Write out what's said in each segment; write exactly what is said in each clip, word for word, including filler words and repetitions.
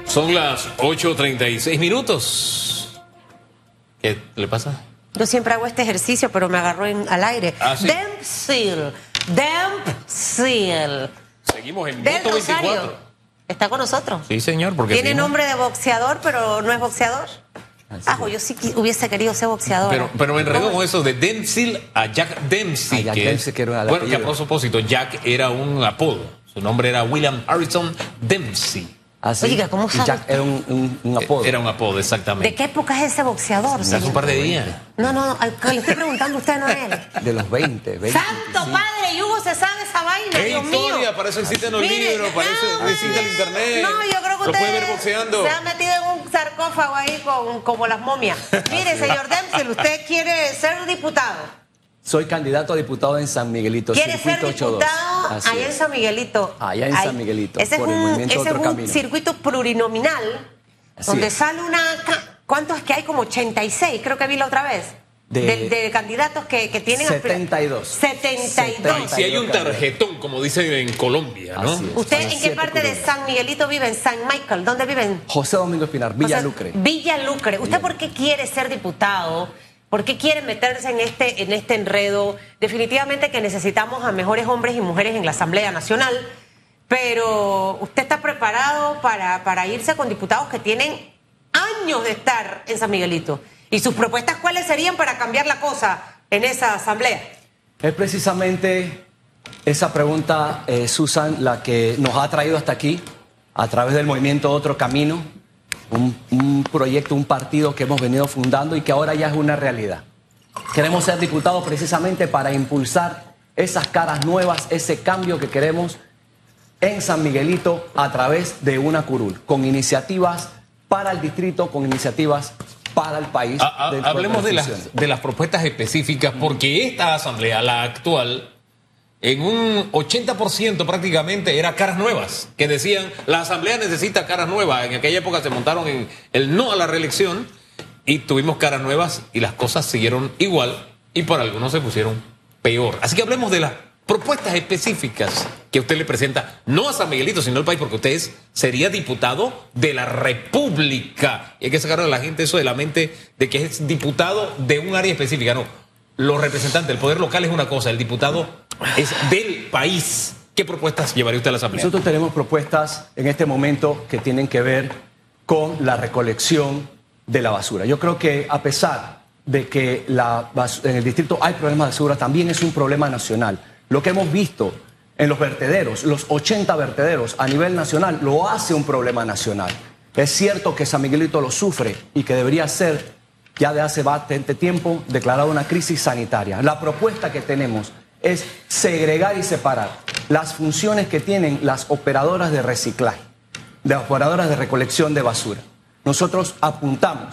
Son las ocho treinta y seis minutos. ¿Qué le pasa? Yo siempre hago este ejercicio, pero me agarró en, al aire. ¿Ah, sí? Dempsey. Dempsey. Seguimos en Del Voto Rosario. veinticuatro. ¿Está con nosotros? Sí, señor. Porque Tiene seguimos... nombre de boxeador, pero no es boxeador. Ah, yo sí hubiese querido ser boxeador. Pero, pero me enredó con eso de Dempsey a Jack Dempsey. A Jack que Dempsey, es, que era el bueno, que a apellido. propósito, Jack era un apodo. Su nombre era William Harrison Dempsey. Así. Oiga, ¿cómo Y sabe Jack usted? era un, un, un apodo. Era un apodo, exactamente. ¿De qué época es ese boxeador, Hace un señor? par de días. No, no, al que le estoy preguntando a usted, no a él. De los veinte, veinte. ¡Santo sí. Padre! Y Hugo se sabe esa vaina, Es Dios mío. historia, para eso existen los Mire, libros, para eso no, existe el internet. No, yo creo que Lo usted puede ver boxeando. se ha metido en un sarcófago ahí con, como las momias. Mire, señor Dempsey, usted quiere ser diputado. Soy candidato a diputado en San Miguelito. ¿Quiere ser circuito ochenta y dos. diputado Así allá en es. San Miguelito? Allá en Ahí. San Miguelito, Ese es por el un, movimiento ese Otro es un Camino. circuito plurinominal Así donde es. sale una... ca- ¿Cuántos es que hay? Como ochenta y seis, creo que vi la otra vez. De- De, de candidatos que, que tienen... aspira- setenta y dos. setenta y dos. Y si hay un tarjetón, como dicen en Colombia, ¿no? Así es. ¿Usted A las en qué siete parte de columnas. San Miguelito vive? ¿En San Michael? ¿Dónde viven? José Domingo Espinar, Villa O sea, Lucre. Villa Lucre. ¿Usted por qué quiere ser diputado? ¿Por qué quiere meterse en este, en este enredo? Definitivamente que necesitamos a mejores hombres y mujeres en la Asamblea Nacional, pero ¿usted está preparado para, para irse con diputados que tienen años de estar en San Miguelito? ¿Y sus propuestas cuáles serían para cambiar la cosa en esa Asamblea? Es precisamente esa pregunta, eh, Susan, la que nos ha traído hasta aquí, a través del movimiento Otro Camino, un, un proyecto, un partido que hemos venido fundando y que ahora ya es una realidad. Queremos ser diputados precisamente para impulsar esas caras nuevas, ese cambio que queremos en San Miguelito a través de una curul, con iniciativas para el distrito, con iniciativas para el país. Ha- ha- dentro hablemos de la las, función. de las propuestas específicas, porque esta asamblea, la actual, en un ochenta por ciento prácticamente era caras nuevas, que decían, la asamblea necesita caras nuevas. En aquella época se montaron en el no a la reelección y tuvimos caras nuevas y las cosas siguieron igual y por algunos se pusieron peor. Así que hablemos de las propuestas específicas que usted le presenta, no a San Miguelito, sino al país, porque usted es- sería diputado de la República. Y hay que sacar a la gente eso de la mente de que es diputado de un área específica. No, los representantes, el poder local es una cosa, el diputado es del país. ¿Qué propuestas llevaría usted a la Asamblea? Nosotros tenemos propuestas en este momento que tienen que ver con la recolección de la basura. Yo creo que a pesar de que la bas- en el distrito hay problemas de basura, también es un problema nacional. Lo que hemos visto en los vertederos, los ochenta vertederos a nivel nacional, lo hace un problema nacional. Es cierto que San Miguelito lo sufre y que debería ser, ya de hace bastante tiempo, declarada una crisis sanitaria. La propuesta que tenemos es segregar y separar las funciones que tienen las operadoras de reciclaje, de operadoras de recolección de basura. Nosotros apuntamos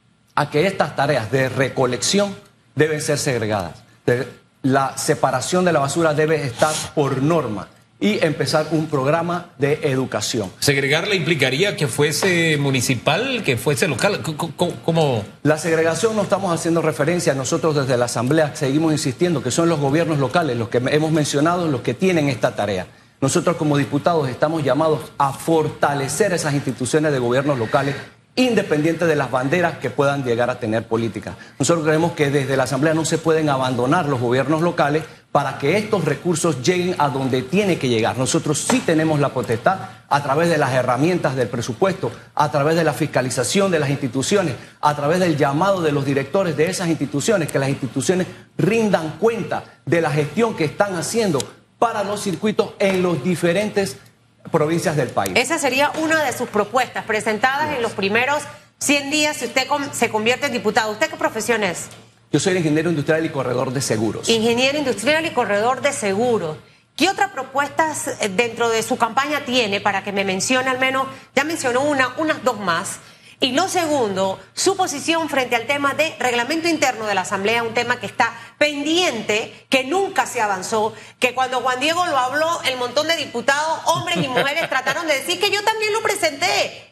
a que estas tareas de recolección deben ser segregadas. De- La separación de la basura debe estar por norma y empezar un programa de educación. ¿Segregarla implicaría que fuese municipal, que fuese local? C- c- c- ¿Cómo? La segregación no estamos haciendo referencia, nosotros desde la Asamblea seguimos insistiendo que son los gobiernos locales los que hemos mencionado, los que tienen esta tarea. Nosotros como diputados estamos llamados a fortalecer esas instituciones de gobiernos locales independiente de las banderas que puedan llegar a tener políticas. Nosotros creemos que desde la Asamblea no se pueden abandonar los gobiernos locales para que estos recursos lleguen a donde tiene que llegar. Nosotros sí tenemos la potestad a través de las herramientas del presupuesto, a través de la fiscalización de las instituciones, a través del llamado de los directores de esas instituciones, que las instituciones rindan cuenta de la gestión que están haciendo para los circuitos en los diferentes provincias del país. Esa sería una de sus propuestas presentadas en los primeros cien días si usted com- se convierte en diputado. ¿Usted qué profesión es? Yo soy ingeniero industrial y corredor de seguros. Ingeniero industrial y corredor de seguros. ¿Qué otras propuestas eh, dentro de su campaña tiene para que me mencione al menos? Ya mencionó una, unas dos más. Y lo segundo, su posición frente al tema de reglamento interno de la Asamblea, un tema que está pendiente, que nunca se avanzó, que cuando Juan Diego lo habló, el montón de diputados, hombres y mujeres, trataron de decir que yo también lo presenté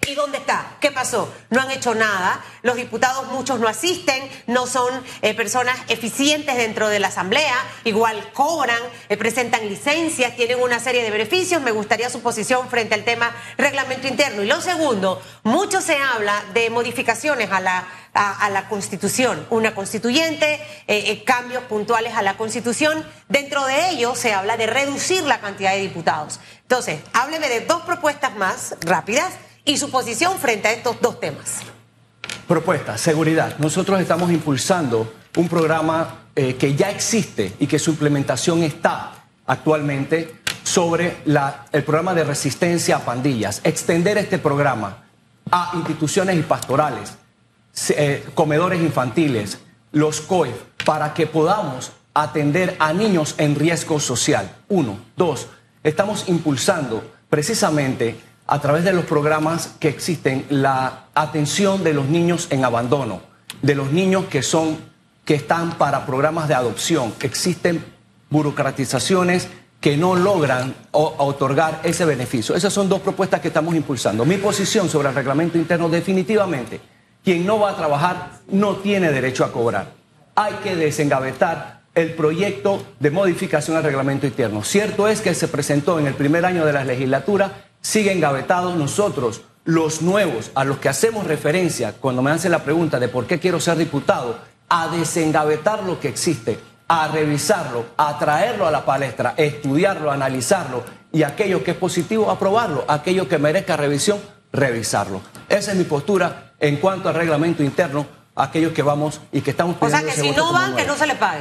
¿Y dónde está? ¿Qué pasó? No han hecho nada. Los diputados, muchos no asisten, no son eh, personas eficientes dentro de la Asamblea, igual cobran, eh, presentan licencias, tienen una serie de beneficios. Me gustaría su posición frente al tema reglamento interno. Y lo segundo, mucho se habla de modificaciones a la, a, a la Constitución, una constituyente, eh, eh, cambios puntuales a la Constitución. Dentro de ello se habla de reducir la cantidad de diputados. Entonces, hábleme de dos propuestas más rápidas y su posición frente a estos dos temas. Propuesta, seguridad. Nosotros estamos impulsando un programa eh, que ya existe y que su implementación está actualmente sobre la, el programa de resistencia a pandillas. Extender este programa a instituciones y pastorales, eh, comedores infantiles, los C O I F, para que podamos atender a niños en riesgo social. Uno. Dos, estamos impulsando precisamente a través de los programas que existen, la atención de los niños en abandono, de los niños que son, que están para programas de adopción. Existen burocratizaciones que no logran o, otorgar ese beneficio. Esas son dos propuestas que estamos impulsando. Mi posición sobre el reglamento interno, definitivamente, quien no va a trabajar no tiene derecho a cobrar. Hay que desengavetar el proyecto de modificación al reglamento interno. Cierto es que se presentó en el primer año de la legislatura, sigue engavetados. Nosotros, los nuevos, a los que hacemos referencia cuando me hacen la pregunta de por qué quiero ser diputado, a desengavetar lo que existe, a revisarlo, a traerlo a la palestra, estudiarlo, analizarlo, y aquello que es positivo, aprobarlo, aquello que merezca revisión, revisarlo. Esa es mi postura en cuanto al reglamento interno, aquellos que vamos y que estamos pidiendo. O sea que si no van, que no se le pague.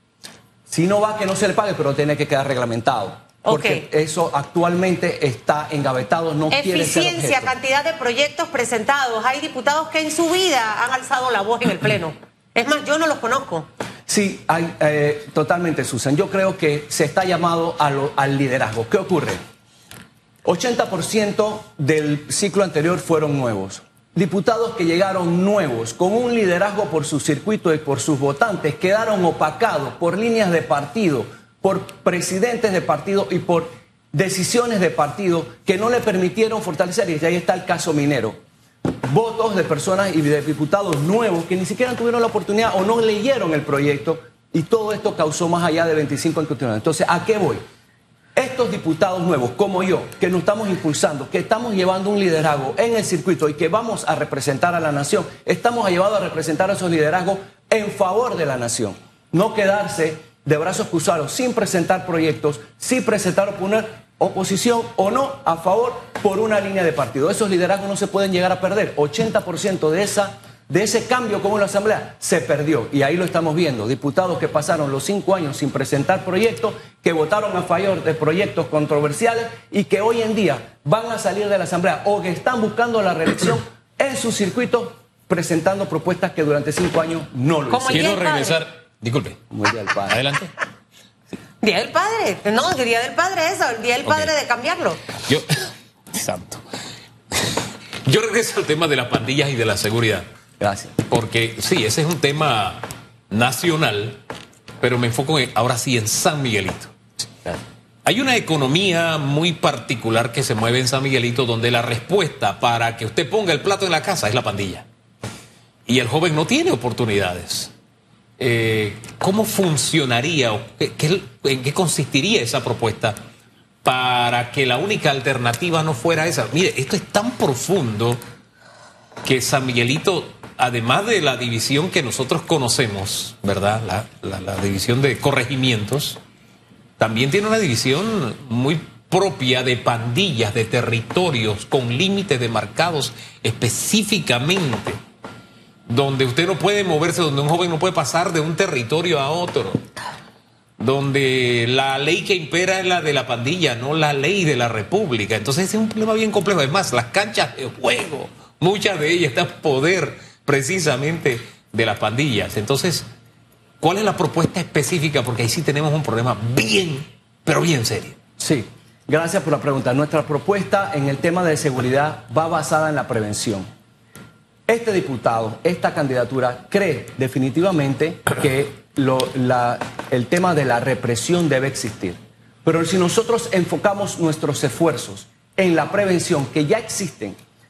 Si no va, que no se le pague, pero tiene que quedar reglamentado. Porque okay, eso actualmente está engavetado, no quiere ser objeto. Eficiencia, cantidad de proyectos presentados. Hay diputados que en su vida han alzado la voz en el Pleno. Es más, yo no los conozco. Sí, hay, eh, totalmente, Susan. Yo creo que se está llamado a lo, al liderazgo. ¿Qué ocurre? ochenta por ciento del ciclo anterior fueron nuevos. Diputados que llegaron nuevos, con un liderazgo por su circuito y por sus votantes, quedaron opacados por líneas de partido, por presidentes de partido y por decisiones de partido que no le permitieron fortalecer. Y ahí está el caso minero. Votos de personas y de diputados nuevos que ni siquiera tuvieron la oportunidad o no leyeron el proyecto, y todo esto causó más allá de veinticinco inconstitucionalidades. Entonces, ¿a qué voy? Estos diputados nuevos, como yo, que nos estamos impulsando, que estamos llevando un liderazgo en el circuito y que vamos a representar a la nación, estamos llevados a representar esos liderazgos en favor de la nación. No quedarse de brazos cruzados sin presentar proyectos, sin presentar o poner oposición o no a favor por una línea de partido. Esos liderazgos no se pueden llegar a perder. ochenta por ciento de esa de ese cambio como en la Asamblea se perdió, y ahí lo estamos viendo. Diputados que pasaron los cinco años sin presentar proyectos, que votaron a favor de proyectos controversiales y que hoy en día van a salir de la Asamblea o que están buscando la reelección en sus circuitos presentando propuestas que durante cinco años no lo hicieron. Quiero regresar, disculpe. Como el Día del Padre. Adelante. Día del Padre, no, el Día del Padre eso, el Día del Padre okay, de cambiarlo. Yo, santo. Yo regreso al tema de las pandillas y de la seguridad. Gracias. Porque sí, ese es un tema nacional, pero me enfoco en, ahora sí en San Miguelito. Gracias. Hay una economía muy particular que se mueve en San Miguelito, donde la respuesta para que usted ponga el plato en la casa es la pandilla. Y el joven no tiene oportunidades. Eh, ¿Cómo funcionaría o qué, qué, en qué consistiría esa propuesta para que la única alternativa no fuera esa? Mire, esto es tan profundo que San Miguelito, además de la división que nosotros conocemos, ¿verdad? La, la, la división de corregimientos, también tiene una división muy propia de pandillas, de territorios, con límites demarcados específicamente, donde usted no puede moverse, donde un joven no puede pasar de un territorio a otro, donde la ley que impera es la de la pandilla, no la ley de la república. Entonces es un problema bien complejo. Además, las canchas de juego, muchas de ellas están en poder precisamente de las pandillas. Entonces, ¿cuál es la propuesta específica? Porque ahí sí tenemos un problema bien, pero bien serio. Sí, gracias por la pregunta. Nuestra propuesta en el tema de seguridad va basada en la prevención. Este diputado, esta candidatura, cree definitivamente que lo, la, el tema de la represión debe existir. Pero si nosotros enfocamos nuestros esfuerzos en la prevención, que ya existen,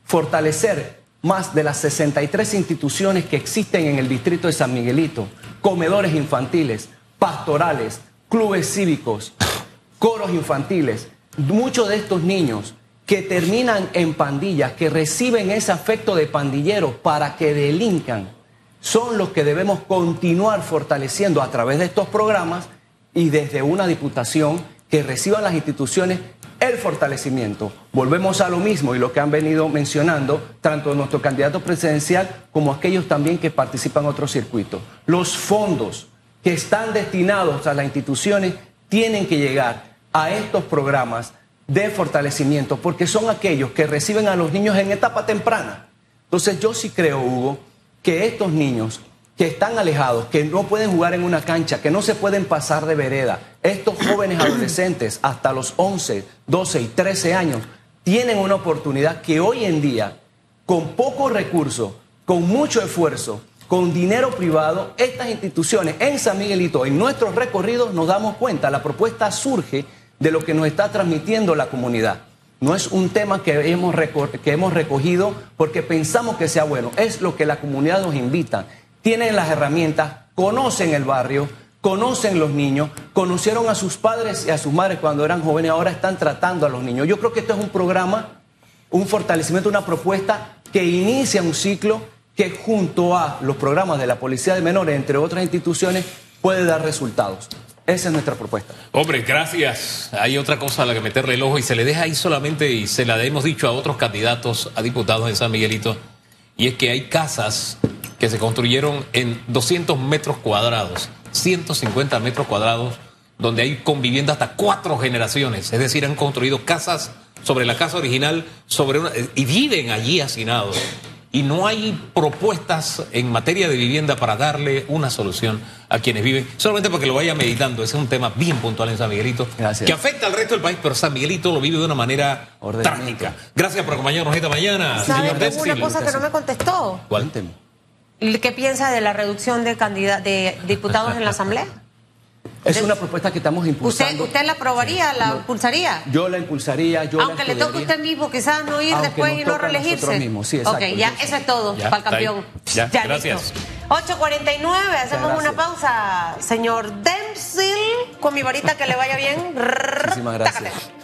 fortalecer más de las sesenta y tres instituciones que existen en el distrito de San Miguelito, comedores infantiles, pastorales, clubes cívicos, coros infantiles. Muchos de estos niños que terminan en pandillas, que reciben ese afecto de pandilleros para que delincan, son los que debemos continuar fortaleciendo a través de estos programas y desde una diputación que reciban las instituciones el fortalecimiento. Volvemos a lo mismo y lo que han venido mencionando tanto nuestro candidato presidencial como aquellos también que participan en otros circuitos. Los fondos que están destinados a las instituciones tienen que llegar a estos programas de fortalecimiento porque son aquellos que reciben a los niños en etapa temprana. Entonces yo sí creo, Hugo, que estos niños que están alejados, que no pueden jugar en una cancha, que no se pueden pasar de vereda, estos jóvenes adolescentes hasta los once, doce y trece años, tienen una oportunidad que hoy en día, con pocos recursos, con mucho esfuerzo, con dinero privado, estas instituciones en San Miguelito, en nuestros recorridos, nos damos cuenta, la propuesta surge de lo que nos está transmitiendo la comunidad. No es un tema que hemos, que hemos recogido porque pensamos que sea bueno, es lo que la comunidad nos invita. Tienen las herramientas, conocen el barrio, conocen los niños, conocieron a sus padres y a sus madres cuando eran jóvenes, ahora están tratando a los niños. Yo creo que esto es un programa, un fortalecimiento, una propuesta que inicia un ciclo que junto a los programas de la Policía de Menores, entre otras instituciones, puede dar resultados. Esa es nuestra propuesta. Hombre, gracias. Hay otra cosa a la que meterle el ojo y se le deja ahí solamente, y se la hemos dicho a otros candidatos a diputados en San Miguelito, y es que hay casas que se construyeron en doscientos metros cuadrados, ciento cincuenta metros cuadrados, donde hay conviviendo hasta cuatro generaciones. Es decir, han construido casas sobre la casa original sobre una, y viven allí hacinados. Y no hay propuestas en materia de vivienda para darle una solución a quienes viven, solamente porque lo vaya meditando. Ese es un tema bien puntual en San Miguelito, Gracias. que afecta al resto del país, pero San Miguelito lo vive de una manera trágica. Gracias por acompañarnos esta mañana. ¿Sabe una cosa que no me contestó? ¿Cuál? ¿Qué piensa de la reducción de, de diputados en la Asamblea? Es una propuesta que estamos impulsando. ¿Usted, usted la aprobaría, la no, impulsaría? Yo la impulsaría, yo Aunque la le toque a usted mismo, quizás no ir después y no reelegirse. Mismos, sí, exacto. Ok, ya, Entonces, eso es todo ya, para el campeón. Ya, ya gracias. Listo. ocho cuarenta y nueve, hacemos una pausa. Señor Dempsey, con mi varita que le vaya bien. Muchísimas gracias.